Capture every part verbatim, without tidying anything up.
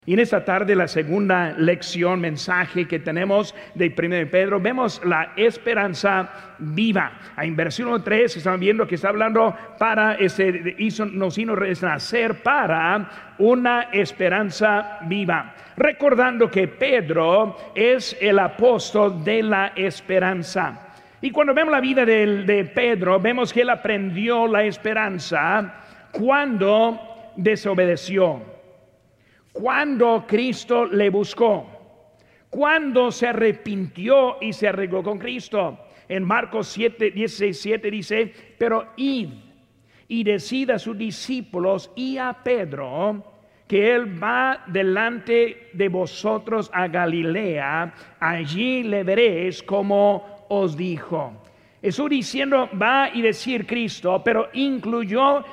Y en esta tarde, la segunda lección, mensaje que tenemos de primero de Pedro, vemos la esperanza viva. En versículo tres estamos viendo que está hablando para este, hizo, nos hizo nacer para una esperanza viva. Recordando que Pedro es el apóstol de la esperanza. Y cuando vemos la vida de, de Pedro, vemos que él aprendió la esperanza cuando desobedeció. Cuando Cristo le buscó, cuando se arrepintió y se arregló con Cristo. En Marcos siete, dieciséis, siete dice: pero id y decid a sus discípulos y a Pedro que él va delante de vosotros a Galilea, allí le veréis como os dijo. Jesús diciendo va y decir Cristo, pero incluyó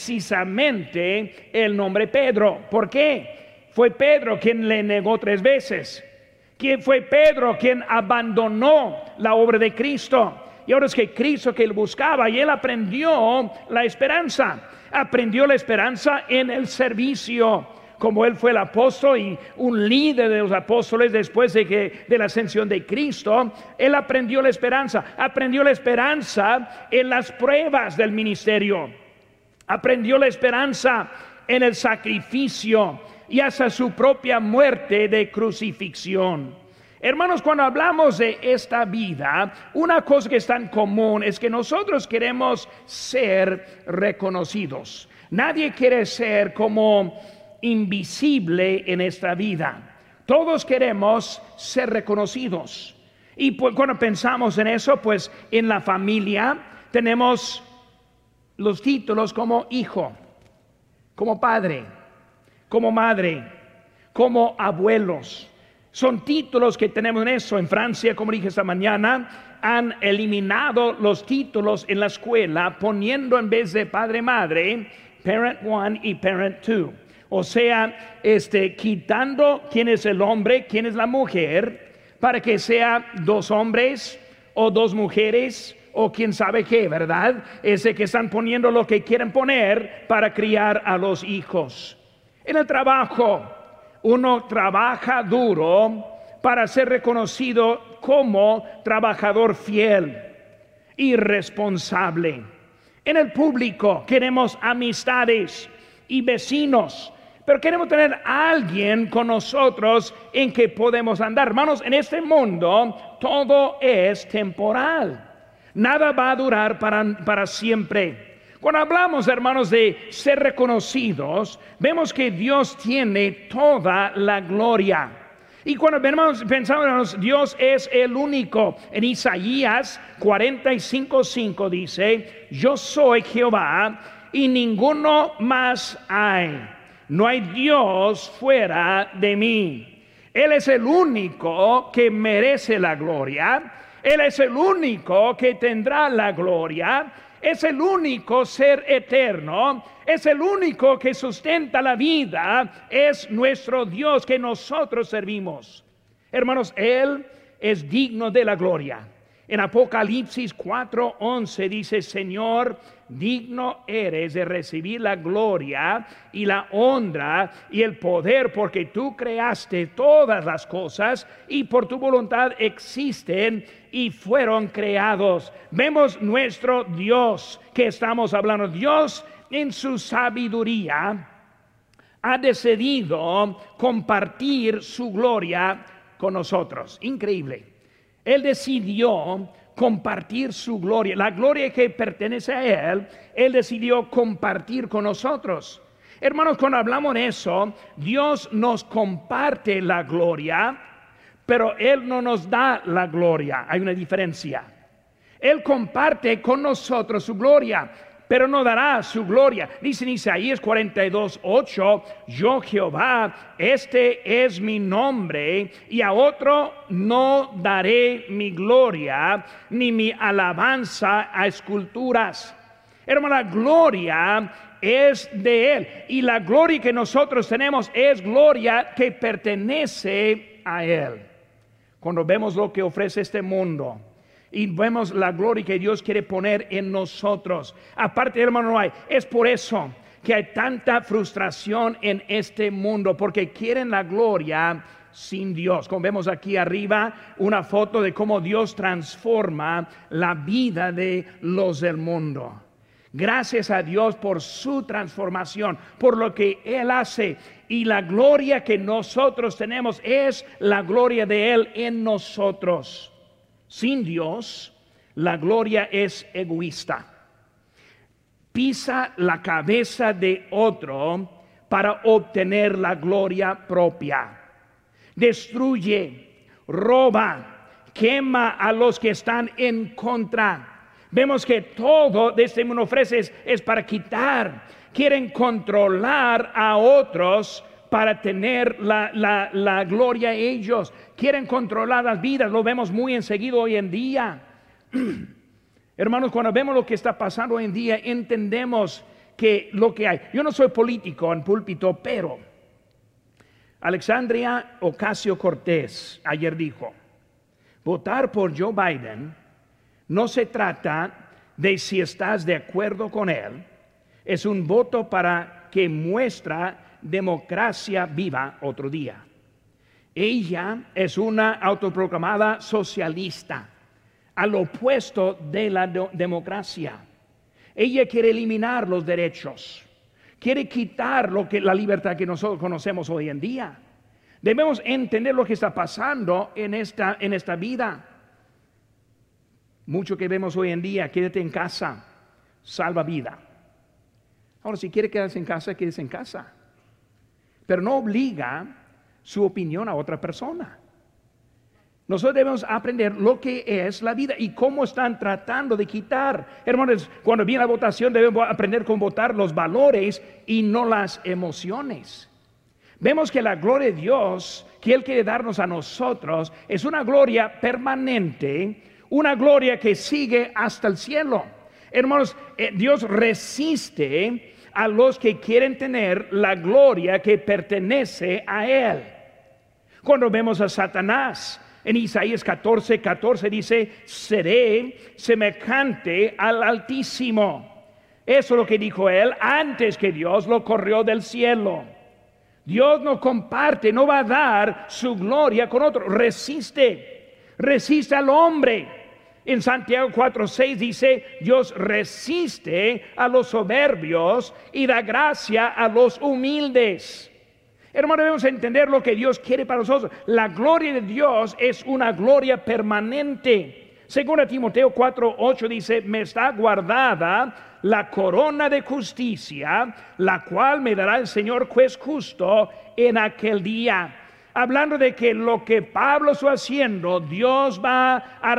precisamente el nombre Pedro. ¿Por qué? Fue Pedro quien le negó tres veces. ¿Quién fue Pedro quien abandonó la obra de Cristo? Y ahora es que Cristo que él buscaba, y él aprendió la esperanza. Aprendió la esperanza en el servicio. Como él fue el apóstol y un líder de los apóstoles después de, que, de la ascensión de Cristo, él aprendió la esperanza. Aprendió la esperanza en las pruebas del ministerio. Aprendió la esperanza en el sacrificio y hasta su propia muerte de crucifixión. Hermanos, cuando hablamos de esta vida, una cosa que es tan común es que nosotros queremos ser reconocidos. Nadie quiere ser como invisible en esta vida. Todos queremos ser reconocidos. Y pues, cuando pensamos en eso, pues en la familia tenemos los títulos como hijo, como padre, como madre, como abuelos. Son títulos que tenemos en eso. En Francia, como dije esta mañana, han eliminado los títulos en la escuela, poniendo en vez de padre, madre, parent one y parent two. O sea, este, quitando quién es el hombre, quién es la mujer, para que sea dos hombres o dos mujeres o quién sabe qué, ¿verdad? Ese que están poniendo lo que quieren poner para criar a los hijos. En el trabajo, uno trabaja duro para ser reconocido como trabajador fiel y responsable. En el público queremos amistades y vecinos, pero queremos tener a alguien con nosotros en que podemos andar. Hermanos, en este mundo todo es temporal. Nada va a durar para, para siempre. Cuando hablamos, hermanos, de ser reconocidos, vemos que Dios tiene toda la gloria. Y cuando vemos, pensamos, Dios es el único. En Isaías cuarenta y cinco, cinco dice: yo soy Jehová y ninguno más hay. No hay Dios fuera de mí. Él es el único que merece la gloria. Él es el único que tendrá la gloria. Es el único ser eterno, es el único que sustenta la vida, es nuestro Dios que nosotros servimos. Hermanos, Él es digno de la gloria. En Apocalipsis cuatro once dice: Señor, digno eres de recibir la gloria y la honra y el poder, porque tú creaste todas las cosas y por tu voluntad existen y fueron creados. Vemos nuestro Dios que estamos hablando. Dios en su sabiduría ha decidido compartir su gloria con nosotros. Increíble. Él decidió compartir su gloria, la gloria que pertenece a Él. Él decidió compartir con nosotros. Hermanos, cuando hablamos de eso, Dios nos comparte la gloria, pero Él no nos da la gloria. Hay una diferencia. Él comparte con nosotros su gloria, pero no dará su gloria. Dice en Isaías cuarenta y dos, ocho: yo Jehová, este es mi nombre, y a otro no daré mi gloria, ni mi alabanza a esculturas. Hermano, la gloria es de Él, y la gloria que nosotros tenemos es gloria que pertenece a Él. Cuando vemos lo que ofrece este mundo y vemos la gloria que Dios quiere poner en nosotros, aparte, hermano, no hay. Es por eso que hay tanta frustración en este mundo porque quieren la gloria sin Dios. Como vemos aquí arriba, una foto de cómo Dios transforma la vida de los del mundo. Gracias a Dios por su transformación, por lo que Él hace. Y la gloria que nosotros tenemos es la gloria de Él en nosotros. Sin Dios, la gloria es egoísta. Pisa la cabeza de otro para obtener la gloria propia. Destruye, roba, quema a los que están en contra. Vemos que todo de este mundo ofrece es, es para quitar. Quieren controlar a otros para tener la, la, la gloria a ellos. Quieren controlar las vidas. Lo vemos muy enseguida hoy en día. Hermanos, cuando vemos lo que está pasando hoy en día, entendemos que lo que hay. Yo no soy político en púlpito, pero Alexandria Ocasio-Cortez ayer dijo: votar por Joe Biden no se trata de si estás de acuerdo con él, es un voto para que muestra democracia viva otro día. Ella es una autoproclamada socialista, al opuesto de la do- democracia. Ella quiere eliminar los derechos, quiere quitar lo que, la libertad que nosotros conocemos hoy en día. Debemos entender lo que está pasando en esta, en esta vida. Mucho que vemos hoy en día: quédate en casa, salva vida. Ahora, si quiere quedarse en casa, quédese en casa, pero no obliga su opinión a otra persona. Nosotros debemos aprender lo que es la vida y cómo están tratando de quitar. Hermanos, cuando viene la votación debemos aprender cómo votar los valores y no las emociones. Vemos que la gloria de Dios que Él quiere darnos a nosotros es una gloria permanente, una gloria que sigue hasta el cielo. Hermanos, eh, Dios resiste a los que quieren tener la gloria que pertenece a Él. Cuando vemos a Satanás en Isaías catorce, catorce dice: seré semejante al Altísimo. Eso es lo que dijo él antes que Dios lo corrió del cielo. Dios no comparte, no va a dar su gloria con otro. Resiste, resiste al hombre. En Santiago cuatro, seis dice: Dios resiste a los soberbios y da gracia a los humildes. Hermanos, debemos entender lo que Dios quiere para nosotros. La gloria de Dios es una gloria permanente. Según Timoteo cuatro, ocho dice: me está guardada la corona de justicia, la cual me dará el Señor juez justo en aquel día. Hablando de que lo que Pablo está haciendo, Dios va a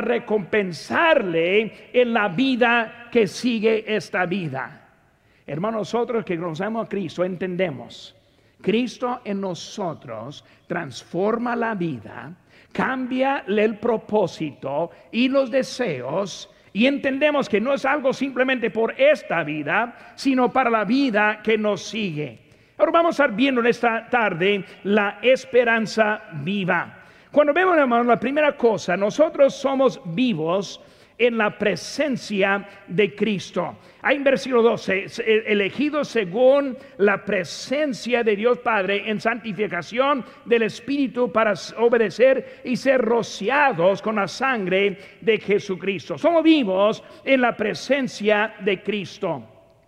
recompensarle en la vida que sigue esta vida. Hermanos, nosotros que conocemos a Cristo entendemos: Cristo en nosotros transforma la vida, cambia el propósito y los deseos, y entendemos que no es algo simplemente por esta vida, sino para la vida que nos sigue. Ahora vamos a estar viendo en esta tarde la esperanza viva. Cuando vemos, hermanos, la primera cosa, nosotros somos vivos en la presencia de Cristo. Ahí en versículo doce, elegidos según la presencia de Dios Padre en santificación del Espíritu para obedecer y ser rociados con la sangre de Jesucristo. Somos vivos en la presencia de Cristo.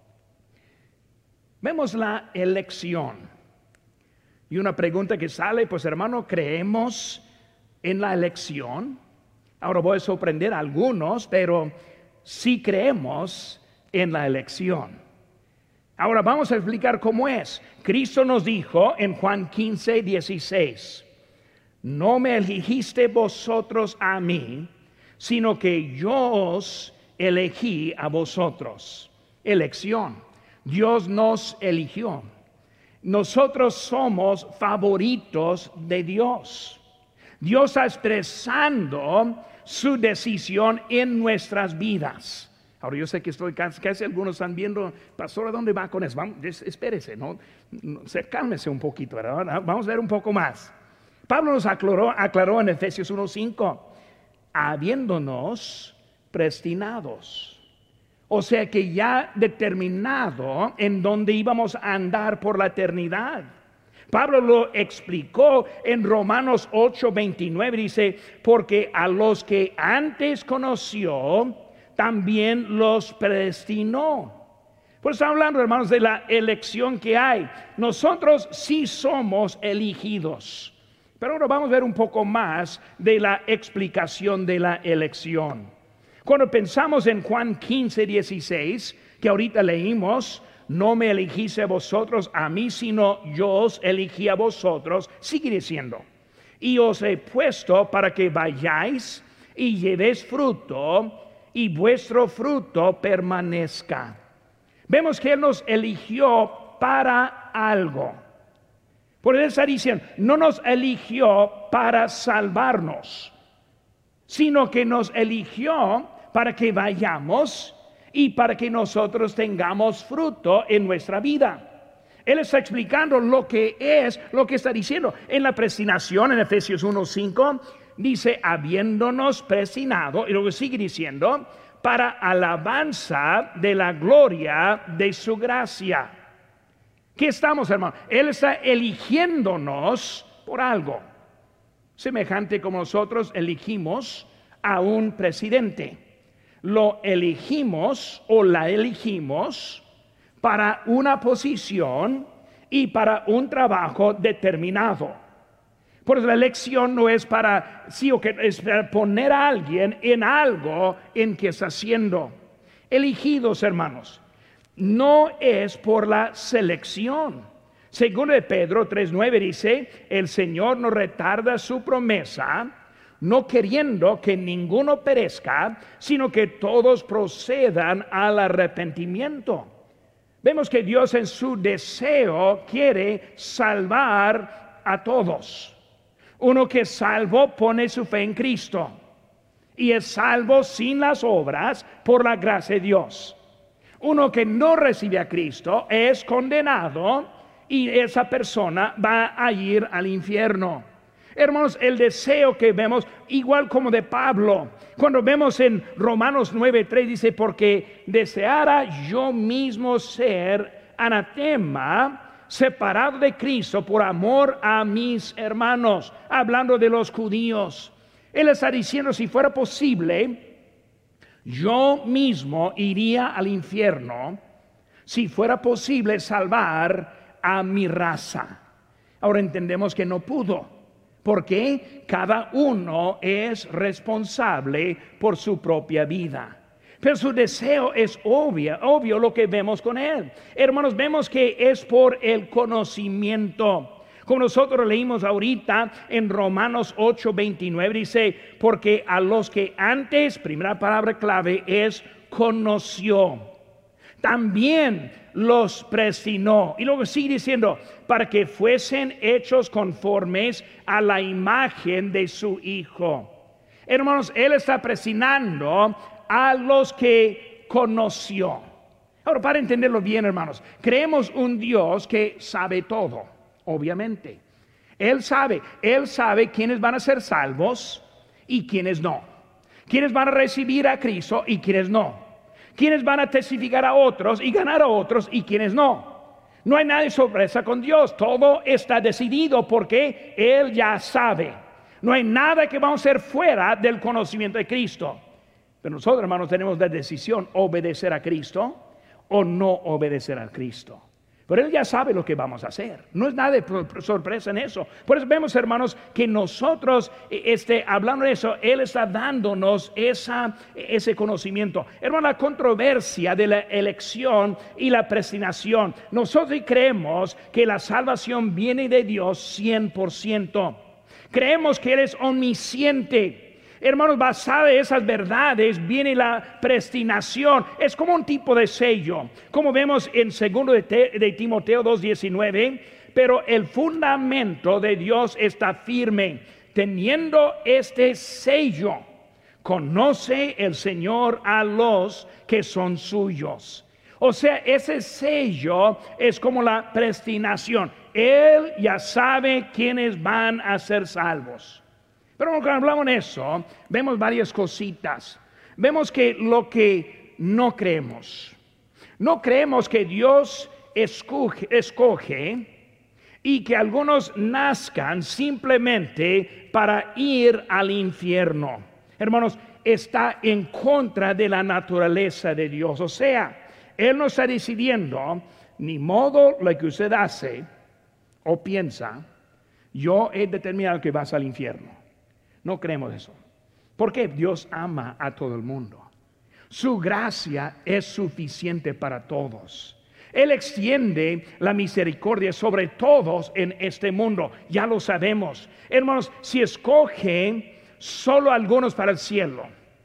Vemos la elección. Y una pregunta que sale, pues hermano, ¿creemos en la elección? Ahora voy a sorprender a algunos, pero sí creemos en la elección. Ahora vamos a explicar cómo es. Cristo nos dijo en Juan quince, dieciséis: no me elegiste vosotros a mí, sino que yo os elegí a vosotros. Elección. Dios nos eligió. Nosotros somos favoritos de Dios. Dios está expresando su decisión en nuestras vidas. Ahora yo sé que estoy casi, casi algunos están viendo: pastor, ¿a dónde va con eso? Vamos, espérese, ¿no? Cálmese un poquito, ¿verdad? Vamos a ver un poco más. Pablo nos aclaró, aclaró en Efesios uno, cinco: habiéndonos predestinados. O sea que ya determinado en dónde íbamos a andar por la eternidad. Pablo lo explicó en Romanos ocho veintinueve, dice, porque a los que antes conoció, también los predestinó. Por eso estamos hablando, hermanos, de la elección que hay. Nosotros sí somos elegidos. Pero ahora vamos a ver un poco más de la explicación de la elección. Cuando pensamos en Juan quince, dieciséis, que ahorita leímos, no me elegiste a vosotros a mí, sino yo os elegí a vosotros, sigue diciendo, y os he puesto para que vayáis y llevéis fruto, y vuestro fruto permanezca. Vemos que Él nos eligió para algo. Por eso está diciendo, no nos eligió para salvarnos, sino que nos eligió para que vayamos y para que nosotros tengamos fruto en nuestra vida. Él está explicando lo que es, lo que está diciendo. En la predestinación, en Efesios uno cinco, dice, habiéndonos predestinado, y luego sigue diciendo, para alabanza de la gloria de su gracia. ¿Qué estamos, hermano? Él está eligiéndonos por algo. Semejante como nosotros elegimos a un presidente. Lo elegimos o la elegimos para una posición y para un trabajo determinado. Por eso la elección no es para, sí o que es para poner a alguien en algo en que está siendo elegidos, hermanos. No es por la selección. Según de Pedro tres nueve dice, el Señor no retarda su promesa, no queriendo que ninguno perezca, sino que todos procedan al arrepentimiento. Vemos que Dios en su deseo quiere salvar a todos. Uno que es salvo pone su fe en Cristo y es salvo sin las obras por la gracia de Dios. Uno que no recibe a Cristo es condenado y esa persona va a ir al infierno. Hermanos, el deseo que vemos, igual como de Pablo, cuando vemos en Romanos nueve tres, dice, porque deseara yo mismo ser anatema, separado de Cristo por amor a mis hermanos, hablando de los judíos. Él está diciendo, si fuera posible, yo mismo iría al infierno, si fuera posible salvar a mi raza. Ahora entendemos que no pudo, porque cada uno es responsable por su propia vida. Pero su deseo es obvio, obvio lo que vemos con él. Hermanos, vemos que es por el conocimiento. Como nosotros leímos ahorita en Romanos ocho veintinueve, dice, porque a los que antes, primera palabra clave es conoció, también los predestinó. Y luego sigue diciendo, para que fuesen hechos conformes a la imagen de su Hijo. Hermanos, Él está predestinando a los que conoció. Ahora, para entenderlo bien, hermanos, creemos un Dios que sabe todo, obviamente. Él sabe, Él sabe quiénes van a ser salvos y quiénes no. Quiénes van a recibir a Cristo y quiénes no. Quiénes van a testificar a otros y ganar a otros y quiénes no. No hay nada de sorpresa con Dios. Todo está decidido porque Él ya sabe. No hay nada que vamos a hacer fuera del conocimiento de Cristo. Pero nosotros, hermanos, tenemos la decisión obedecer a Cristo o no obedecer a Cristo. Pero Él ya sabe lo que vamos a hacer. No es nada de sorpresa en eso. Por eso vemos, hermanos, que nosotros, este, hablando de eso, Él está dándonos esa, ese conocimiento. Hermano, la controversia de la elección y la predestinación. Nosotros creemos que la salvación viene de Dios cien por ciento. Creemos que Él es omnisciente. Hermanos, basada en esas verdades viene la predestinación. Es como un tipo de sello, como vemos en segundo de, de Timoteo dos diecinueve. Pero el fundamento de Dios está firme, teniendo este sello. Conoce el Señor a los que son suyos. O sea, ese sello es como la predestinación. Él ya sabe quiénes van a ser salvos. Pero cuando hablamos de eso, vemos varias cositas. Vemos que lo que no creemos. No creemos que Dios escoge, escoge y que algunos nazcan simplemente para ir al infierno. Hermanos, está en contra de la naturaleza de Dios. O sea, Él no está decidiendo, ni modo lo que usted hace o piensa, yo he determinado que vas al infierno. No creemos eso. Porque Dios ama a todo el mundo. Su gracia es suficiente para todos. Él extiende la misericordia sobre todos en este mundo. Ya lo sabemos. Hermanos, si escoge solo algunos para el cielo,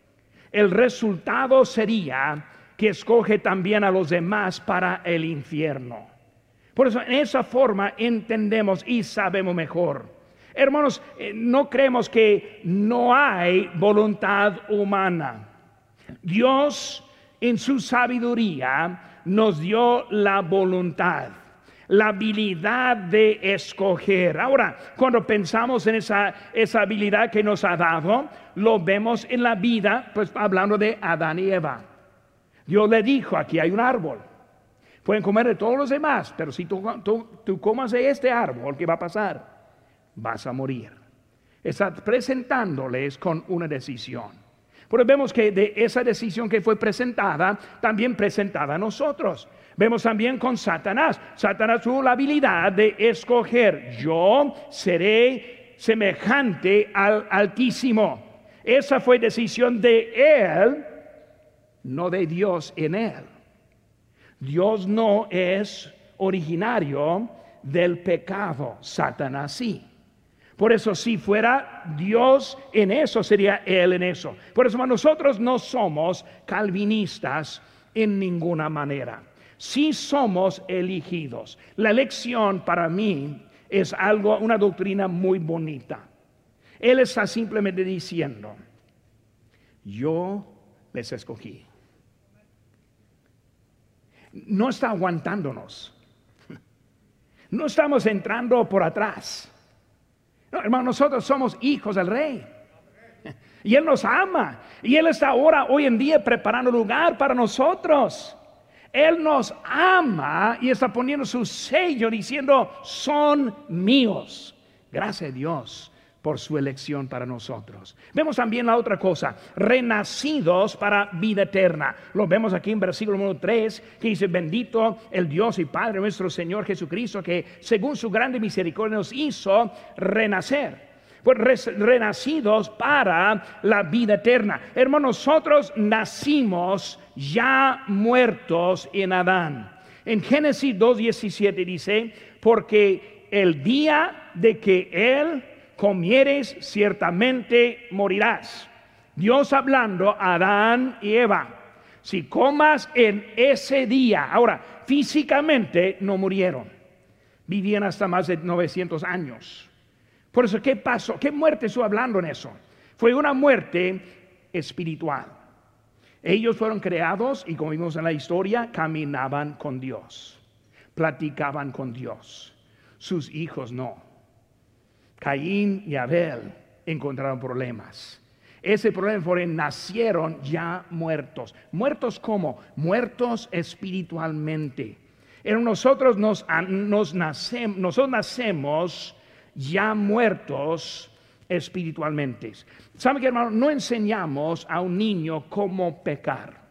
el resultado sería que escoge también a los demás para el infierno. Por eso, en esa forma entendemos y sabemos mejor. Hermanos, no creemos que no hay voluntad humana. Dios, en su sabiduría, nos dio la voluntad, la habilidad de escoger. Ahora, cuando pensamos en esa, esa habilidad que nos ha dado, lo vemos en la vida, pues hablando de Adán y Eva. Dios le dijo, aquí hay un árbol. Pueden comer de todos los demás, pero si tú, tú, tú comas de este árbol, ¿qué va a pasar? Vas a morir. Está presentándoles con una decisión. Pero vemos que de esa decisión que fue presentada, también presentada a nosotros. Vemos también con Satanás. Satanás tuvo la habilidad de escoger. Yo seré semejante al Altísimo. Esa fue decisión de él, no de Dios en él. Dios no es originario del pecado, Satanás sí. Por eso, si fuera Dios en eso, sería Él en eso. Por eso nosotros no somos calvinistas en ninguna manera. Sí somos elegidos. La elección para mí es algo, una doctrina muy bonita. Él está simplemente diciendo, yo les escogí. No está aguantándonos. No estamos entrando por atrás. No, hermano, nosotros somos hijos del Rey. Y Él nos ama. Y Él está ahora, hoy en día, preparando lugar para nosotros. Él nos ama y está poniendo su sello diciendo, son míos. Gracias a Dios por su elección para nosotros. Vemos también la otra cosa, renacidos para vida eterna. Lo vemos aquí en versículo número tres, que dice, bendito el Dios y Padre nuestro Señor Jesucristo, que según su grande misericordia nos hizo renacer. Pues renacidos para la vida eterna. Hermanos, nosotros nacimos ya muertos en Adán. En Génesis dos diecisiete dice, porque el día de que Él comieres, ciertamente morirás. Dios hablando a Adán y Eva. Si comas en ese día, ahora, físicamente no murieron. Vivían hasta más de novecientos años. Por eso, ¿qué pasó? ¿Qué muerte estuvo hablando en eso? Fue una muerte espiritual. Ellos fueron creados y, como vimos en la historia, caminaban con Dios. Platicaban con Dios. Sus hijos no. Caín y Abel encontraron problemas. Ese problema fue, nacieron ya muertos. ¿Muertos cómo? Muertos espiritualmente. En nosotros nos, nos nacemos, nosotros nacemos ya muertos espiritualmente. ¿Saben qué, hermano? No enseñamos a un niño cómo pecar.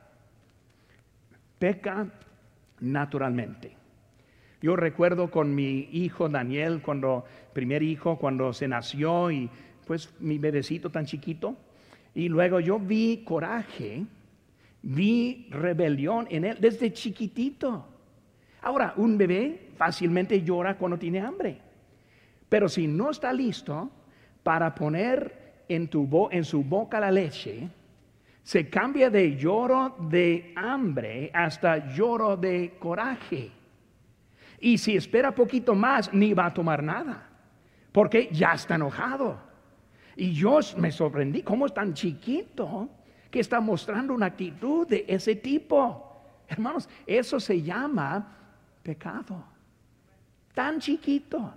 Peca naturalmente. Yo recuerdo con mi hijo Daniel, cuando primer hijo, cuando se nació y pues mi bebecito tan chiquito, y luego yo vi coraje, vi rebelión en él desde chiquitito. Ahora, un bebé fácilmente llora cuando tiene hambre, pero si no está listo para poner en, tu bo- en su boca la leche, se cambia de lloro de hambre hasta lloro de coraje. Y si espera poquito más, ni va a tomar nada, porque ya está enojado. Y yo me sorprendí, cómo es tan chiquito que está mostrando una actitud de ese tipo. Hermanos, eso se llama pecado. Tan chiquito,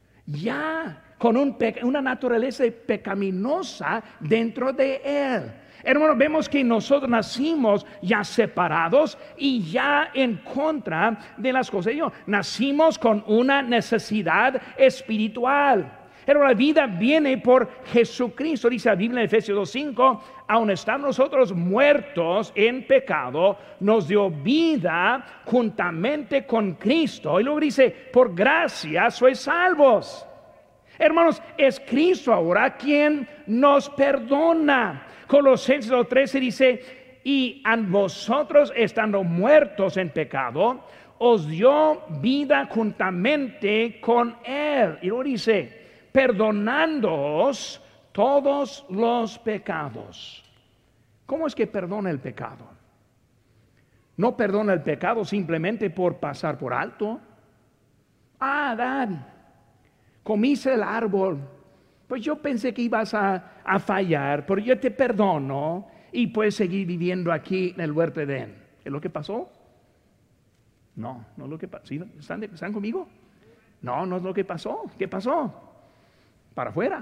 ya con un pe- una naturaleza pecaminosa dentro de él. Hermanos, vemos que nosotros nacimos ya separados y ya en contra de las cosas de Dios. Nacimos con una necesidad espiritual. Pero la vida viene por Jesucristo. Dice la Biblia en Efesios dos cinco, aun estando nosotros muertos en pecado, nos dio vida juntamente con Cristo. Y luego dice, por gracia sois salvos. Hermanos, es Cristo ahora quien nos perdona. Colosenses dos trece dice, y a vosotros estando muertos en pecado, os dio vida juntamente con Él. Y luego dice, perdonándoos todos los pecados. ¿Cómo es que perdona el pecado? No perdona el pecado simplemente por pasar por alto. Ah, Adán, comiste el árbol, pues yo pensé que ibas a, a fallar, pero yo te perdono y puedes seguir viviendo aquí en el huerto de Edén. ¿Es lo que pasó? No, no es lo que pasó. ¿Sí? ¿Están, ¿Están conmigo? No, no es lo que pasó. ¿Qué pasó? Para afuera.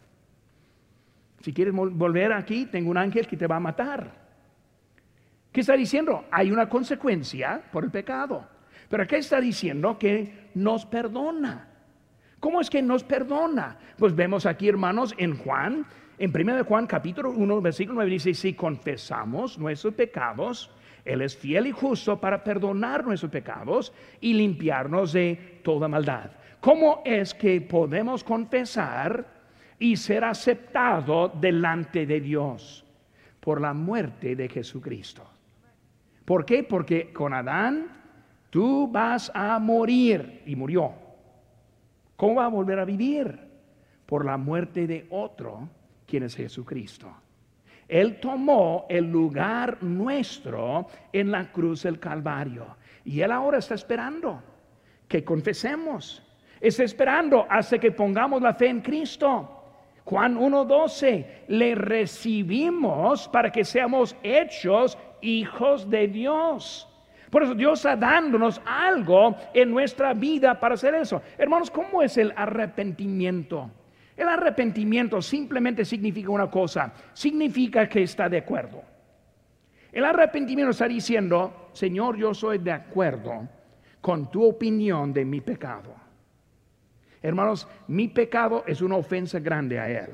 Si quieres volver aquí, tengo un ángel que te va a matar. ¿Qué está diciendo? Hay una consecuencia por el pecado. Pero ¿qué está diciendo? Que nos perdona. ¿Cómo es que nos perdona? Pues vemos aquí, hermanos, en Juan, en primera de Juan capítulo uno, versículo nueve, dice, si confesamos nuestros pecados, Él es fiel y justo para perdonar nuestros pecados y limpiarnos de toda maldad. ¿Cómo es que podemos confesar y ser aceptado delante de Dios? Por la muerte de Jesucristo. ¿Por qué? Porque con Adán tú vas a morir y murió. ¿Cómo va a volver a vivir? Por la muerte de otro, quien es Jesucristo. Él tomó el lugar nuestro en la cruz del Calvario. Y Él ahora está esperando que confesemos. Está esperando hasta que pongamos la fe en Cristo. Juan uno doce, le recibimos para que seamos hechos hijos de Dios. Por eso Dios está dándonos algo en nuestra vida para hacer eso. Hermanos, ¿cómo es el arrepentimiento? El arrepentimiento simplemente significa una cosa, significa que está de acuerdo. El arrepentimiento está diciendo, Señor, yo soy de acuerdo con tu opinión de mi pecado. Hermanos, mi pecado es una ofensa grande a Él.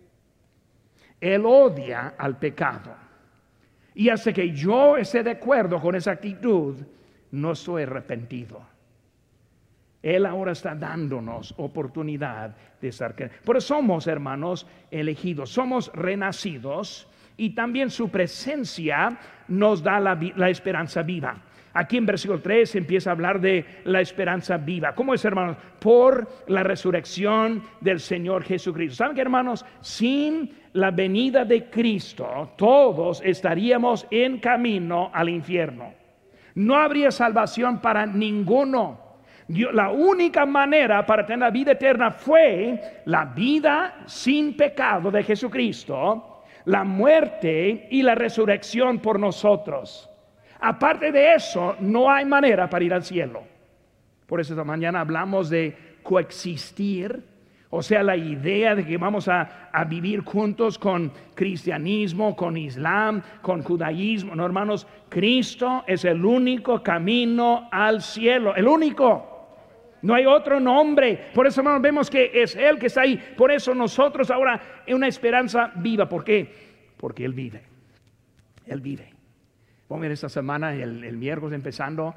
Él odia al pecado. Y hace que yo esté de acuerdo con esa actitud, no soy arrepentido. Él ahora está dándonos oportunidad de estar. Por eso somos, hermanos, elegidos, somos renacidos y también su presencia nos da la, la esperanza viva. Aquí en versículo tres empieza a hablar de la esperanza viva. ¿Cómo es, hermanos? Por la resurrección del Señor Jesucristo. ¿Saben qué, hermanos? Sin la venida de Cristo, todos estaríamos en camino al infierno. No habría salvación para ninguno. Dios, la única manera para tener la vida eterna fue la vida sin pecado de Jesucristo, la muerte y la resurrección por nosotros. Aparte de eso, no hay manera para ir al cielo. Por eso esta mañana hablamos de coexistir, o sea, la idea de que vamos a, a vivir juntos con cristianismo, con islam, con judaísmo. No, hermanos, Cristo es el único camino al cielo, el único. No hay otro nombre. Por eso, hermanos, vemos que es Él que está ahí. Por eso nosotros ahora en una esperanza viva. ¿Por qué? Porque Él vive. Él vive. Vamos a ver esta semana, el, el miércoles empezando,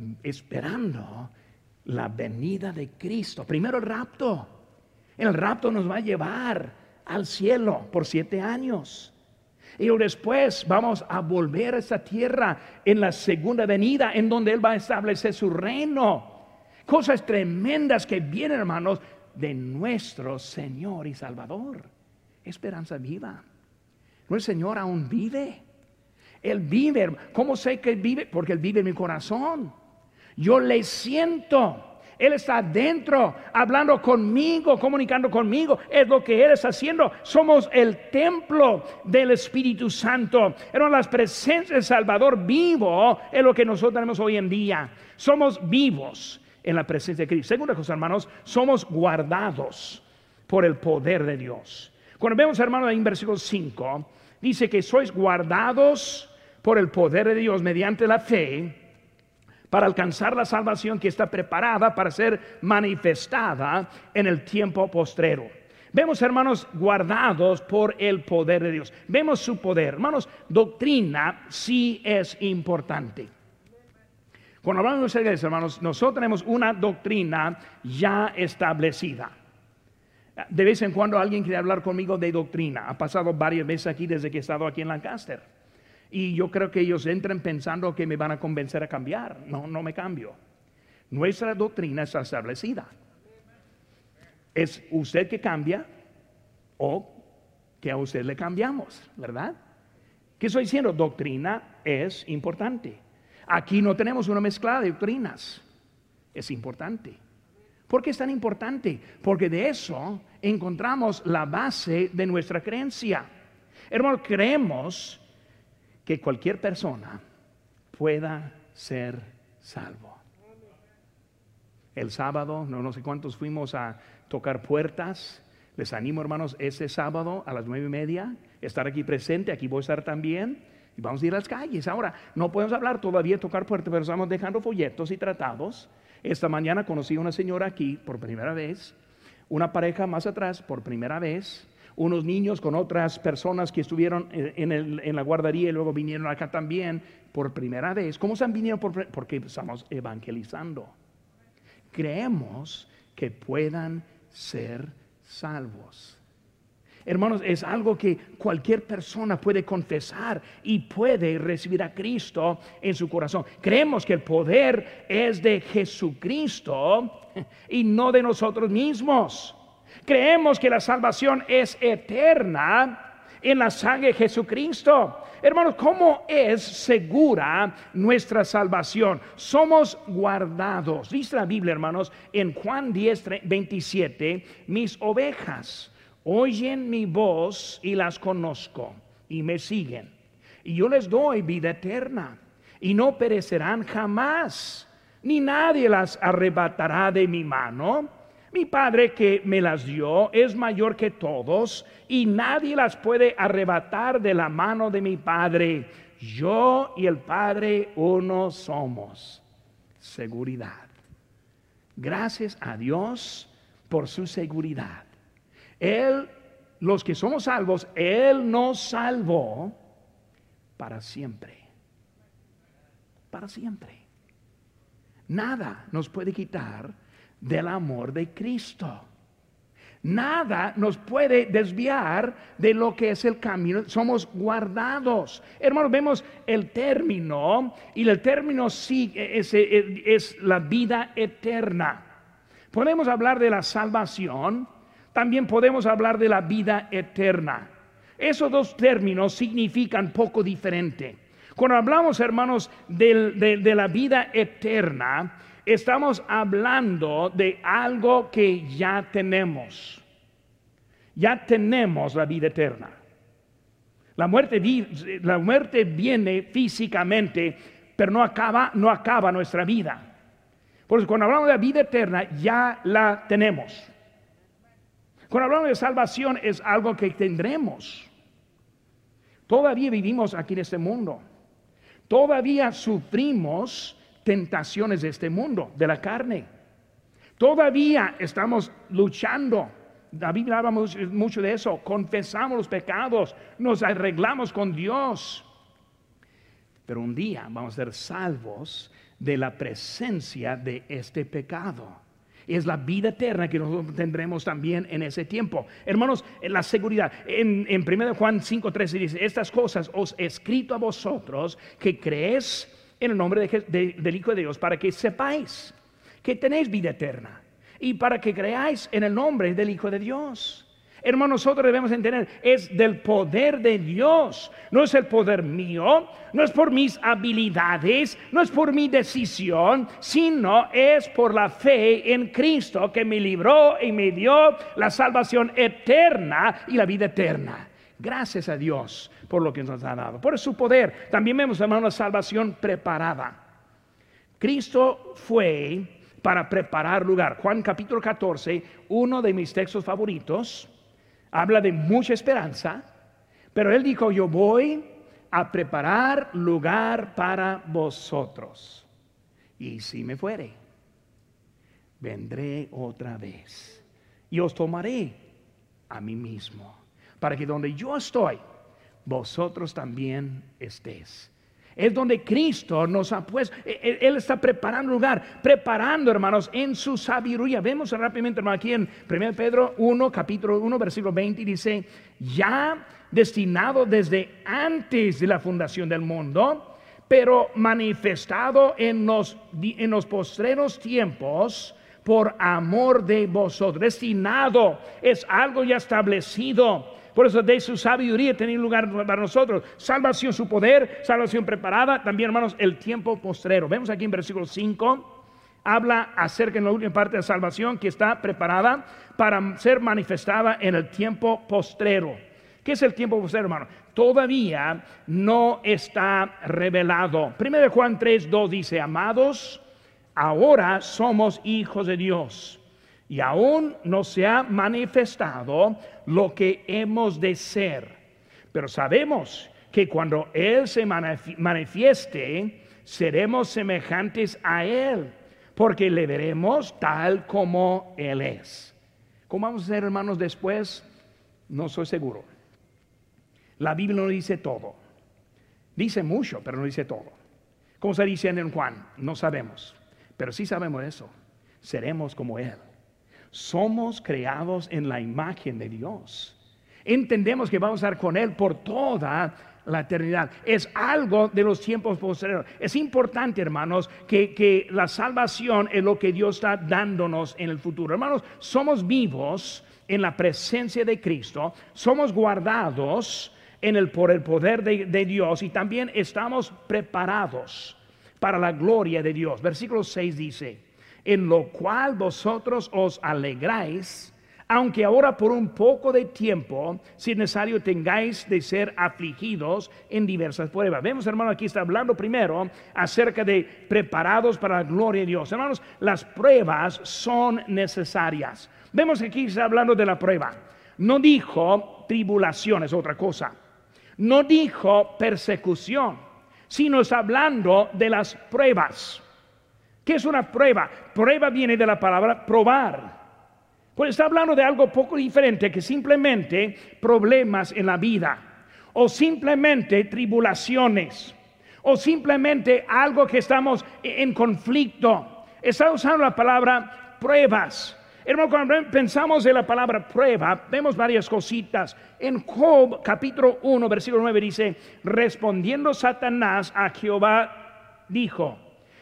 esperando la venida de Cristo. Primero el rapto. El rapto nos va a llevar al cielo por siete años. Y después vamos a volver a esta tierra en la segunda venida, en donde Él va a establecer su reino. Cosas tremendas que vienen, hermanos, de nuestro Señor y Salvador. Esperanza viva. Nuestro Señor aún vive. Él vive. ¿Cómo sé que Él vive? Porque Él vive en mi corazón. Yo le siento. Él está dentro, hablando conmigo, comunicando conmigo. Es lo que Él está haciendo. Somos el templo del Espíritu Santo. Pero las presencias del Salvador vivo es lo que nosotros tenemos hoy en día. Somos vivos en la presencia de Cristo. Segunda cosa, hermanos, somos guardados por el poder de Dios. Cuando vemos, hermanos, en versículo cinco, Dice que sois guardados por el poder de Dios mediante la fe para alcanzar la salvación que está preparada para ser manifestada en el tiempo postrero. Vemos, hermanos, guardados por el poder de Dios. Vemos su poder. Hermanos, doctrina sí es importante. Cuando hablamos de nuestra iglesia, hermanos, nosotros tenemos una doctrina ya establecida. De vez en cuando alguien quiere hablar conmigo de doctrina. Ha pasado varias veces aquí desde que he estado aquí en Lancaster. Y yo creo que ellos entran pensando que me van a convencer a cambiar. No, no me cambio. Nuestra doctrina está establecida. Es usted que cambia o que a usted le cambiamos, ¿verdad? ¿Qué estoy diciendo? Doctrina es importante. Aquí no tenemos una mezcla de doctrinas. Es importante. ¿Por qué es tan importante? Porque de eso encontramos la base de nuestra creencia. Hermanos, creemos que cualquier persona pueda ser salvo. El sábado, no, no sé cuántos fuimos a tocar puertas. Les animo, hermanos, ese sábado a las nueve y media, estar aquí presente. Aquí voy a estar también. Y vamos a ir a las calles. Ahora, no podemos hablar todavía de tocar puertas, pero estamos dejando folletos y tratados. Esta mañana conocí a una señora aquí por primera vez, una pareja más atrás por primera vez, unos niños con otras personas que estuvieron en, el, en la guardería y luego vinieron acá también por primera vez. ¿Cómo están viniendo? Por, porque estamos evangelizando. Creemos que puedan ser salvos. Hermanos, es algo que cualquier persona puede confesar y puede recibir a Cristo en su corazón. Creemos que el poder es de Jesucristo y no de nosotros mismos. Creemos que la salvación es eterna en la sangre de Jesucristo. Hermanos, ¿cómo es segura nuestra salvación? Somos guardados. Dice la Biblia, hermanos, en Juan diez, veintisiete, mis ovejas oyen mi voz y las conozco y me siguen. Y yo les doy vida eterna y no perecerán jamás, ni nadie las arrebatará de mi mano. Mi Padre que me las dio es mayor que todos y nadie las puede arrebatar de la mano de mi Padre. Yo y el Padre uno somos. Seguridad. Gracias a Dios por su seguridad. Él, los que somos salvos, Él nos salvó para siempre. Para siempre. Nada nos puede quitar del amor de Cristo. Nada nos puede desviar de lo que es el camino. Somos guardados. Hermanos, vemos el término y el término sí es, es, es la vida eterna. Podemos hablar de la salvación. También podemos hablar de la vida eterna. Esos dos términos significan poco diferente. Cuando hablamos, hermanos, de, de, de la vida eterna, estamos hablando de algo que ya tenemos. Ya tenemos la vida eterna. La muerte, la muerte viene físicamente, pero no acaba, no acaba nuestra vida. Por eso, cuando hablamos de la vida eterna, ya la tenemos. Cuando hablamos de salvación es algo que tendremos. Todavía vivimos aquí en este mundo. Todavía sufrimos tentaciones de este mundo, de la carne. Todavía estamos luchando. La Biblia habla mucho de eso. Confesamos los pecados, nos arreglamos con Dios. Pero un día vamos a ser salvos de la presencia de este pecado. Es la vida eterna que nosotros tendremos también en ese tiempo. Hermanos, la seguridad. En, en primera Juan cinco trece dice: estas cosas os he escrito a vosotros que creéis en el nombre de, de, del Hijo de Dios, para que sepáis que tenéis vida eterna y para que creáis en el nombre del Hijo de Dios. Hermanos, nosotros debemos entender, es del poder de Dios. No es el poder mío, no es por mis habilidades, no es por mi decisión, sino es por la fe en Cristo que me libró y me dio la salvación eterna y la vida eterna. Gracias a Dios por lo que nos ha dado, por su poder. También vemos, hermanos, una salvación preparada. Cristo fue para preparar lugar. Juan capítulo catorce, uno de mis textos favoritos, habla de mucha esperanza, Pero Él dijo, yo voy a preparar lugar para vosotros. Y si me fuere, vendré otra vez y os tomaré a mí mismo, para que donde yo estoy, vosotros también estéis. Es donde Cristo nos ha puesto. Él está preparando lugar, preparando, hermanos, en su sabiduría. Vemos rápidamente, hermano, aquí en primero Pedro uno, capítulo uno, versículo veinte, dice, ya destinado desde antes de la fundación del mundo, pero manifestado en los, en los postreros tiempos por amor de vosotros. Destinado es algo ya establecido. Por eso de su sabiduría tiene lugar para nosotros. Salvación, su poder, salvación preparada. También, hermanos, el tiempo postrero. Vemos aquí en versículo cinco, habla acerca en la última parte de salvación que está preparada para ser manifestada en el tiempo postrero. ¿Qué es el tiempo postrero, hermano? Todavía no está revelado. Primero de Juan tres, dos dice, amados, ahora somos hijos de Dios. Y aún no se ha manifestado lo que hemos de ser. Pero sabemos que cuando Él se manifieste, seremos semejantes a Él, porque le veremos tal como Él es. ¿Cómo vamos a ser, hermanos, después? No soy seguro. La Biblia no dice todo. Dice mucho, pero no dice todo. ¿Cómo se dice en Juan? No sabemos. Pero sí sabemos eso. Seremos como Él. Somos creados en la imagen de Dios. Entendemos que vamos a estar con Él por toda la eternidad. Es algo de los tiempos posteriores. Es importante, hermanos, que, que la salvación es lo que Dios está dándonos en el futuro. Hermanos, somos vivos en la presencia de Cristo. Somos guardados en el, por el poder de, de Dios. Y también estamos preparados para la gloria de Dios. Versículo seis dice, en lo cual vosotros os alegráis, aunque ahora por un poco de tiempo, si es necesario, tengáis de ser afligidos en diversas pruebas. Vemos, hermano, aquí está hablando primero acerca de preparados para la gloria de Dios. Hermanos, las pruebas son necesarias. Vemos que aquí está hablando de la prueba. No dijo tribulación, es otra cosa. No dijo persecución, sino está hablando de las pruebas. ¿Qué es una prueba? Prueba viene de la palabra probar. Pues está hablando de algo poco diferente que simplemente problemas en la vida, o simplemente tribulaciones, o simplemente algo que estamos en conflicto. Está usando la palabra pruebas. Hermano, cuando pensamos en la palabra prueba, vemos varias cositas. En Job capítulo uno, versículo nueve dice, respondiendo Satanás a Jehová, dijo,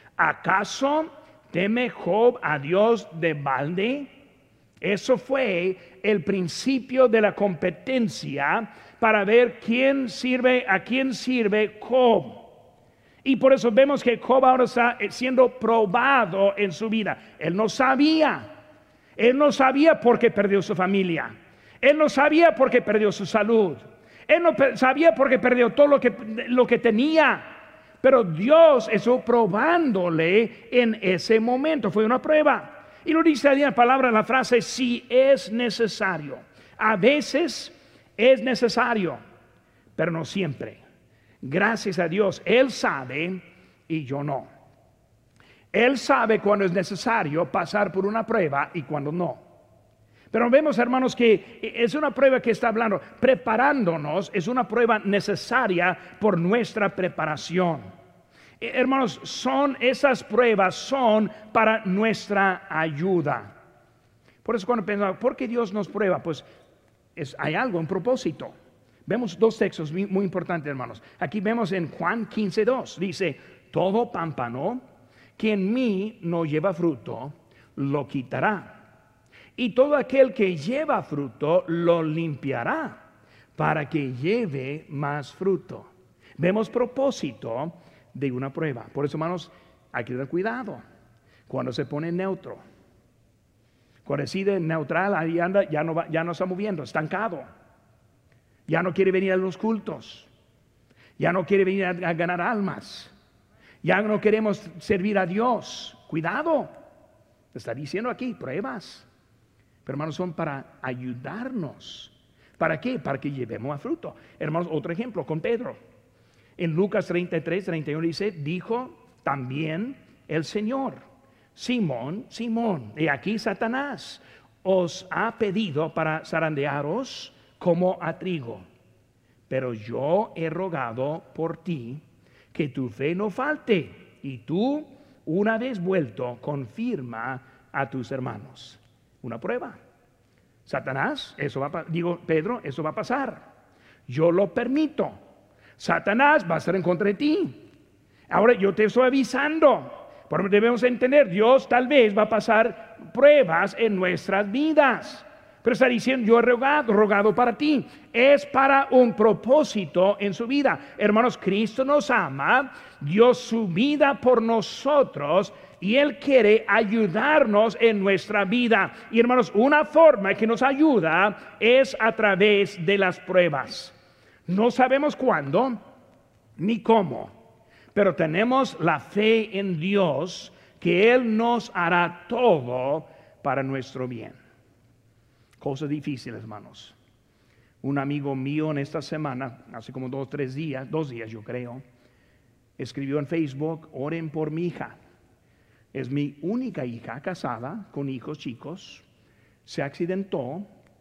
¿acaso teme Job a Dios de balde? Eso fue el principio de la competencia para ver quién sirve, a quién sirve Job. Y por eso vemos que Job ahora está siendo probado en su vida. Él no sabía. Él no sabía por qué perdió su familia. Él no sabía por qué perdió su salud. Él no sabía por qué perdió todo lo que, lo que tenía. Pero Dios estuvo probándole en ese momento. Fue una prueba. Y lo dice ahí en la palabra, en la frase, si es necesario. A veces es necesario, pero no siempre. Gracias a Dios, Él sabe y yo no. Él sabe cuando es necesario pasar por una prueba y cuando no. Pero vemos, hermanos, que es una prueba que está hablando, preparándonos, es una prueba necesaria por nuestra preparación. Eh, hermanos, son esas pruebas son para nuestra ayuda. Por eso cuando pensamos, ¿por qué Dios nos prueba? Pues es, hay algo, un propósito. Vemos dos textos muy, muy importantes, hermanos. Aquí vemos en Juan quince dos, dice, todo pámpano que en mí no lleva fruto, lo quitará. Y todo aquel que lleva fruto lo limpiará para que lleve más fruto. Vemos propósito de una prueba. Por eso, hermanos, hay que tener cuidado cuando se pone neutro. Cuando decide neutral, ahí anda, ya no va, ya no está moviendo, estancado. Ya no quiere venir a los cultos. Ya no quiere venir a, a ganar almas. Ya no queremos servir a Dios. Cuidado. Está diciendo aquí pruebas. Pero hermanos, son para ayudarnos, ¿Para qué? Para que llevemos a fruto. Hermanos, otro ejemplo con Pedro. En Lucas treinta y tres, treinta y uno dice, dijo también el Señor, Simón, Simón, y aquí Satanás os ha pedido para zarandearos como a trigo. Pero yo he rogado por ti que tu fe no falte, y tú, una vez vuelto, confirma a tus hermanos. Una prueba. Satanás, eso va a, digo Pedro, eso va a pasar. Yo lo permito. Satanás va a estar en contra de ti. Ahora yo te estoy avisando. Por eso debemos entender, Dios tal vez va a pasar pruebas en nuestras vidas. Pero está diciendo, yo he rogado, rogado para ti. Es para un propósito en su vida. Hermanos, Cristo nos ama, dio su vida por nosotros y Él quiere ayudarnos en nuestra vida. Y hermanos, una forma que nos ayuda es a través de las pruebas. No sabemos cuándo ni cómo, pero tenemos la fe en Dios que Él nos hará todo para nuestro bien. Cosas difíciles, hermanos. Un amigo mío en esta semana, hace como dos, tres días, dos días yo creo, escribió en Facebook, oren por mi hija. Es mi única hija casada con hijos chicos. Se accidentó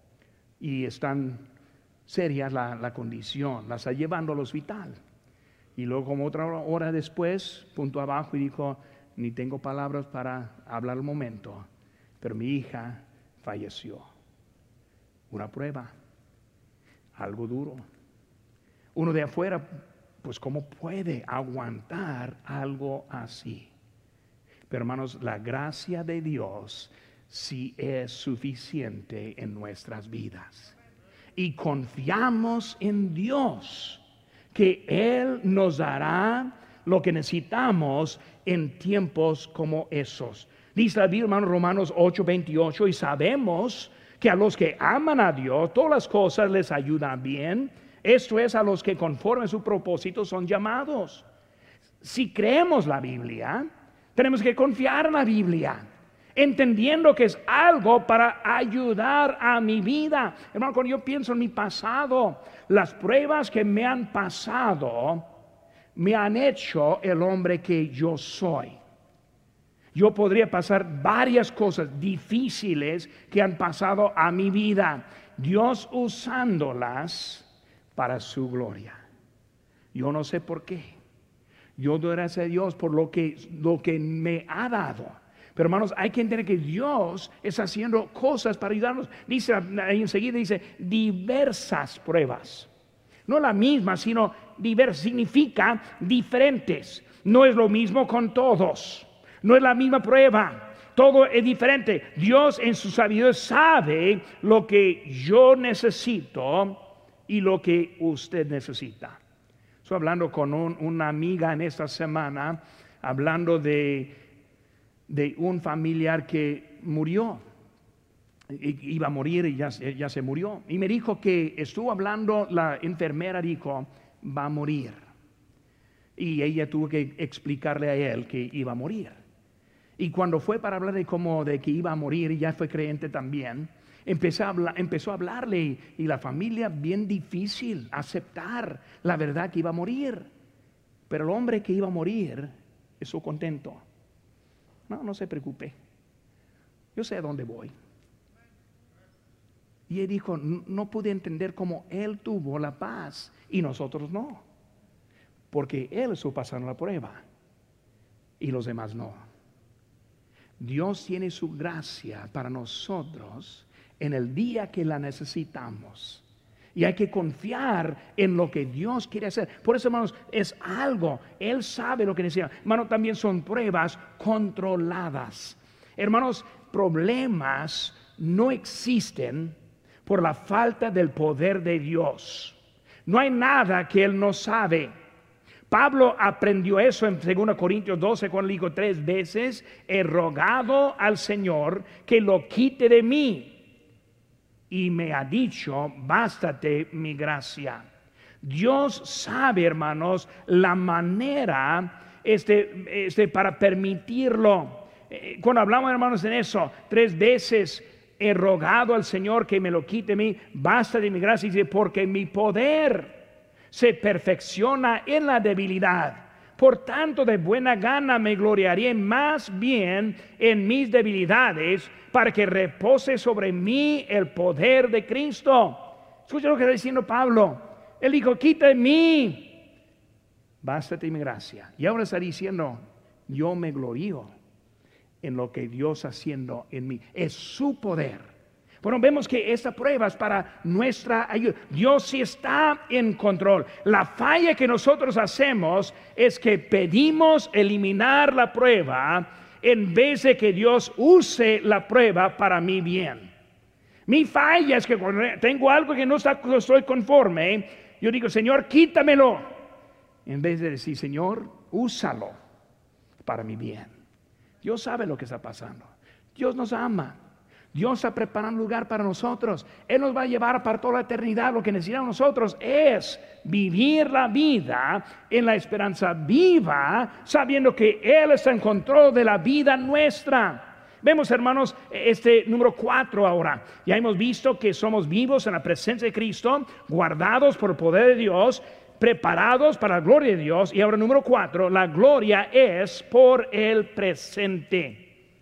y están serias la, la condición. La está llevando al hospital. Y luego como otra hora después, punto abajo y dijo, ni tengo palabras para hablar al momento, pero mi hija falleció. Una prueba, algo duro. Uno de afuera, pues ¿cómo puede aguantar algo así? Pero hermanos, la gracia de Dios sí es suficiente en nuestras vidas. Y confiamos en Dios, que Él nos dará lo que necesitamos en tiempos como esos. Dice la Biblia, hermanos, Romanos ocho, veintiocho, y sabemos que a los que aman a Dios, todas las cosas les ayudan bien. Esto es, a los que conforme a su propósito son llamados. Si creemos la Biblia, tenemos que confiar en la Biblia, entendiendo que es algo para ayudar a mi vida. Hermano, cuando yo pienso en mi pasado, las pruebas que me han pasado me han hecho el hombre que yo soy. Yo podría pasar varias cosas difíciles que han pasado a mi vida, Dios usándolas para su gloria. Yo no sé por qué. Yo doy gracias a Dios por lo que, lo que me ha dado. Pero hermanos, hay que entender que Dios está haciendo cosas para ayudarnos. Dice ahí enseguida, dice diversas pruebas. No la misma, sino diversas. Significa diferentes. No es lo mismo con todos. No es la misma prueba. Todo es diferente. Dios en su sabiduría sabe lo que yo necesito y lo que usted necesita. Estoy hablando con un, una amiga en esta semana, hablando de, de un familiar que murió. I, iba a morir y ya, ya se murió. Y me dijo que estuvo hablando, la enfermera dijo, va a morir. Y ella tuvo que explicarle a él que iba a morir. Y cuando fue para hablar de cómo de que iba a morir, y ya fue creyente también, empezó a, hablar, empezó a hablarle y, y la familia bien difícil aceptar la verdad que iba a morir. Pero el hombre que iba a morir estuvo contento. No, no se preocupe. Yo sé a dónde voy. Y él dijo, no, no pude entender cómo él tuvo la paz y nosotros no. Porque él estuvo pasando la prueba y los demás no. Dios tiene su gracia para nosotros en el día que la necesitamos. Y hay que confiar en lo que Dios quiere hacer. Por eso, hermanos, es algo. Él sabe lo que necesita. Hermanos, también son pruebas controladas. Hermanos, problemas no existen por la falta del poder de Dios. No hay nada que Él no sabe. Pablo aprendió eso en segunda Corintios doce cuando dijo tres veces, he rogado al Señor que lo quite de mí y me ha dicho, bástate mi gracia. Dios sabe, hermanos, la manera este, este, para permitirlo. Cuando hablamos, hermanos, en eso, tres veces he rogado al Señor que me lo quite a mí, basta de mi gracia, dice, porque mi poder se perfecciona en la debilidad. Por tanto, de buena gana me gloriaré más bien en mis debilidades, para que repose sobre mí el poder de Cristo. Escucha lo que está diciendo Pablo. Él dijo, quita de mí, bástate mi gracia. Y ahora está diciendo, yo me glorío en lo que Dios está haciendo en mí. Es su poder. Bueno, vemos que esta prueba es para nuestra ayuda. Dios sí está en control. La falla que nosotros hacemos es que pedimos eliminar la prueba en vez de que Dios use la prueba para mi bien. Mi falla es que cuando tengo algo que no está, no estoy conforme, yo digo, Señor, quítamelo, en vez de decir, Señor, úsalo para mi bien. Dios sabe lo que está pasando. Dios nos ama. Dios está preparando un lugar para nosotros. Él nos va a llevar para toda la eternidad. Lo que necesitamos nosotros es vivir la vida en la esperanza viva, sabiendo que Él está en control de la vida nuestra. Vemos, hermanos, este número cuatro ahora. Ya hemos visto que somos vivos en la presencia de Cristo, guardados por el poder de Dios, preparados para la gloria de Dios. Y ahora número cuatro, la gloria es por el presente.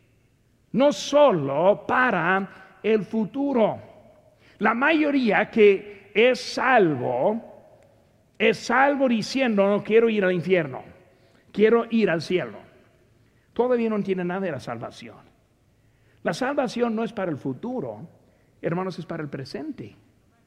No solo para el futuro. La mayoría que es salvo, es salvo diciendo, no quiero ir al infierno, quiero ir al cielo. Todavía no entiende nada de la salvación. La salvación no es para el futuro, hermanos, es para el presente.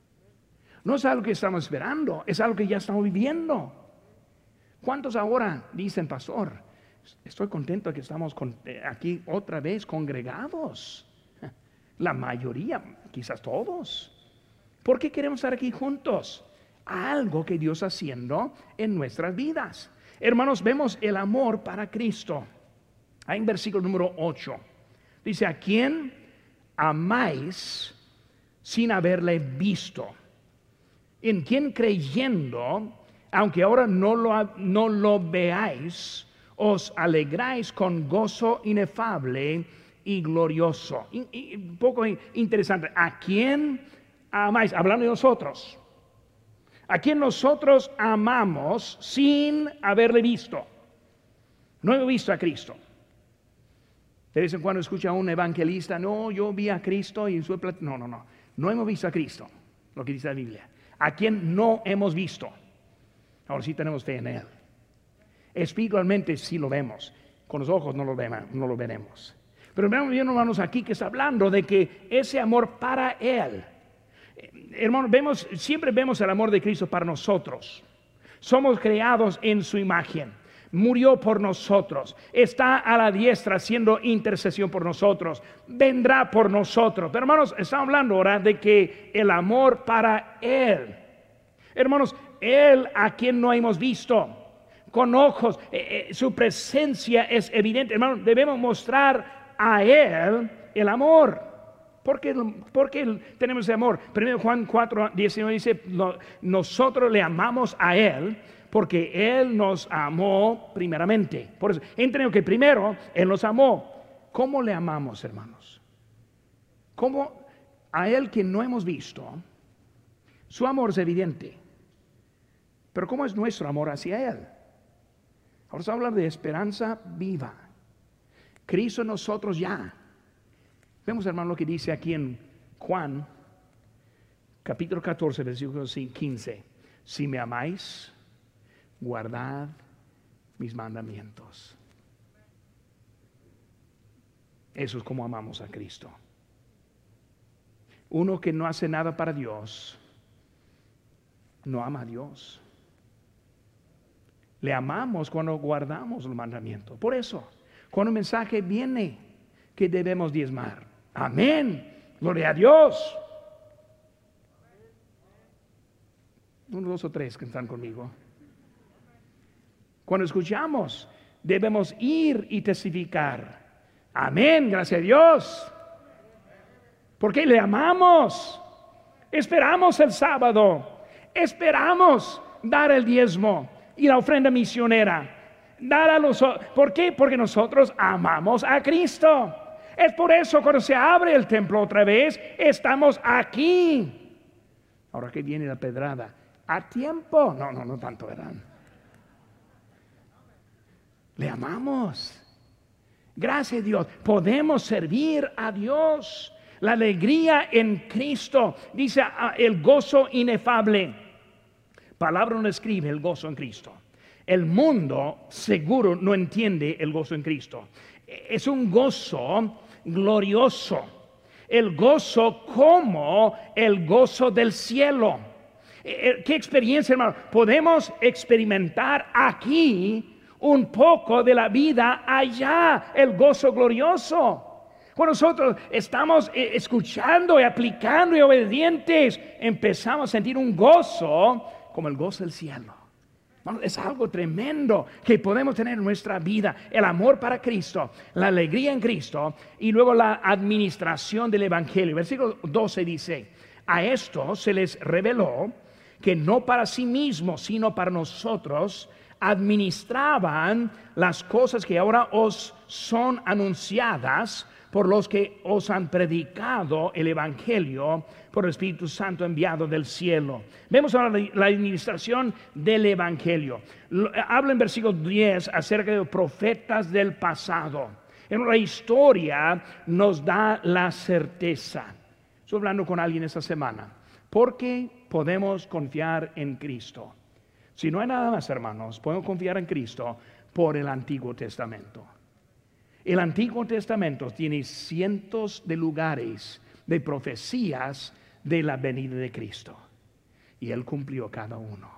No es algo que estamos esperando, es algo que ya estamos viviendo. ¿Cuántos ahora dicen, pastor, estoy contento que estamos con, eh, aquí otra vez congregados? La mayoría, quizás todos. ¿Por qué queremos estar aquí juntos? Algo que Dios está haciendo en nuestras vidas. Hermanos, vemos el amor para Cristo. Ahí en versículo número ocho. Dice, ¿a quién amáis sin haberle visto? ¿En quién creyendo, aunque ahora no lo, no lo veáis, os alegráis con gozo inefable y glorioso? Y, y, un poco interesante. ¿A quién amáis? Hablando de nosotros. ¿A quién nosotros amamos sin haberle visto? No hemos visto a Cristo. De vez en cuando escucha a un evangelista, no, yo vi a Cristo y en su plat... No, no, no. No hemos visto a Cristo, lo que dice la Biblia. ¿A quién no hemos visto? Ahora sí tenemos fe en Él. Espiritualmente sí lo vemos, con los ojos no lo vemos, no lo veremos. Pero vemos bien, hermanos, aquí que está hablando de que ese amor para Él, hermanos, vemos, siempre vemos el amor de Cristo para nosotros. Somos creados en su imagen, murió por nosotros, está a la diestra haciendo intercesión por nosotros, vendrá por nosotros. Pero hermanos, estamos hablando ahora de que el amor para Él, hermanos, Él a quien no hemos visto con ojos, eh, eh, su presencia es evidente, hermano. Debemos mostrar a Él el amor. ¿Por qué, por qué tenemos ese amor? Primero Juan cuatro diecinueve dice, no, nosotros le amamos a Él porque Él nos amó primeramente. Por eso, entiendo que primero Él nos amó. ¿Cómo le amamos, hermanos? ¿Cómo a Él que no hemos visto? Su amor es evidente. Pero ¿cómo es nuestro amor hacia Él? Ahora se habla de esperanza viva. Cristo en nosotros ya. Vemos, hermano, lo que dice aquí en Juan, capítulo catorce, versículo quince. Si me amáis, guardad mis mandamientos. Eso es como amamos a Cristo. Uno que no hace nada para Dios, no ama a Dios. Le amamos cuando guardamos los mandamientos. Por eso, cuando un mensaje viene que debemos diezmar, amén, gloria a Dios. Uno, dos o tres que están conmigo. Cuando escuchamos, debemos ir y testificar, amén, gracias a Dios. Porque le amamos. Esperamos el sábado, esperamos dar el diezmo y la ofrenda misionera. Dar a los, ¿por qué? Porque nosotros amamos a Cristo. Es por eso cuando se abre el templo otra vez, estamos aquí. Ahora que viene la pedrada, a tiempo. No, no, no tanto, ¿verdad? Le amamos. Gracias a Dios. Podemos servir a Dios. La alegría en Cristo. Dice el gozo inefable. Palabra no escribe el gozo en Cristo. El mundo seguro no entiende el gozo en Cristo. Es un gozo glorioso. El gozo como el gozo del cielo. ¿Qué experiencia, hermano? Podemos experimentar aquí un poco de la vida allá, el gozo glorioso. Cuando nosotros estamos escuchando y aplicando y obedientes, empezamos a sentir un gozo como el gozo del cielo. Es algo tremendo que podemos tener en nuestra vida. El amor para Cristo, la alegría en Cristo y luego la administración del Evangelio. Versículo doce dice: a esto se les reveló que no para sí mismos, sino para nosotros, administraban las cosas que ahora os son anunciadas por los que os han predicado el Evangelio por el Espíritu Santo enviado del cielo. Vemos ahora la administración del Evangelio. Habla en versículo diez acerca de los profetas del pasado. En la historia nos da la certeza. Estoy hablando con alguien esta semana. ¿Por qué podemos confiar en Cristo? Si no hay nada más, hermanos, podemos confiar en Cristo por el Antiguo Testamento. El Antiguo Testamento tiene cientos de lugares de profecías de la venida de Cristo. Y Él cumplió cada uno.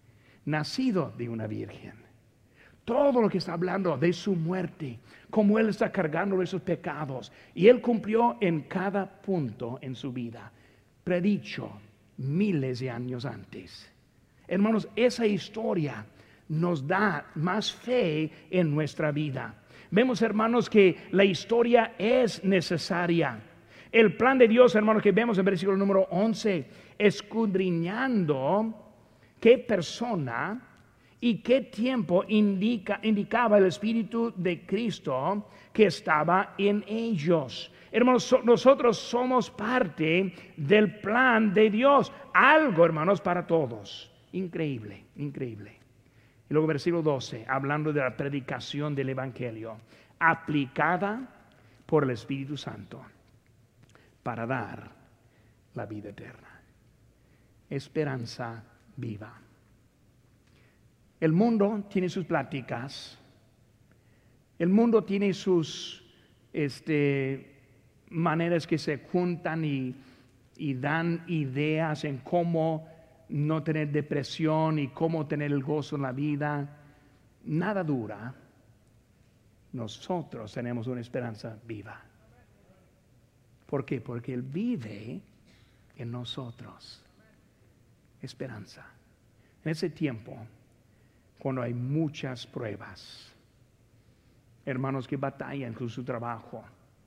Nacido de una virgen. Todo lo que está hablando de su muerte, cómo Él está cargando de sus pecados. Y Él cumplió en cada punto en su vida. Predicho miles de años antes. Hermanos, esa historia nos da más fe en nuestra vida. Vemos, hermanos, que la historia es necesaria. El plan de Dios, hermanos, que vemos en versículo número once, escudriñando qué persona y qué tiempo indica, indicaba el Espíritu de Cristo que estaba en ellos. Hermanos, so, nosotros somos parte del plan de Dios. Algo, hermanos, para todos. Increíble, increíble. Y luego versículo doce, hablando de la predicación del Evangelio, aplicada por el Espíritu Santo para dar la vida eterna. Esperanza viva. El mundo tiene sus pláticas. El mundo tiene sus este, maneras que se juntan y, y dan ideas en cómo no tener depresión y cómo tener el gozo en la vida. Nada dura. Nosotros tenemos una esperanza viva. ¿Por qué? Porque Él vive en nosotros. Esperanza. En ese tiempo, cuando hay muchas pruebas, hermanos que batallan con su trabajo,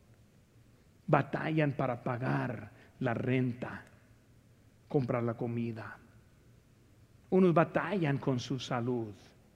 batallan para pagar la renta, comprar la comida. Unos batallan con su salud,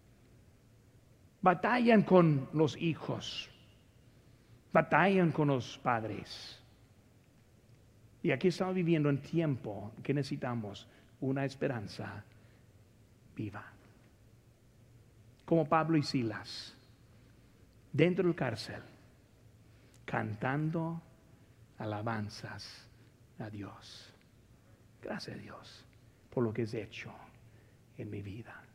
batallan con los hijos, batallan con los padres. Y aquí estamos viviendo en tiempo que necesitamos una esperanza viva. Como Pablo y Silas, dentro del cárcel, cantando alabanzas a Dios. Gracias a Dios por lo que has hecho en mi vida.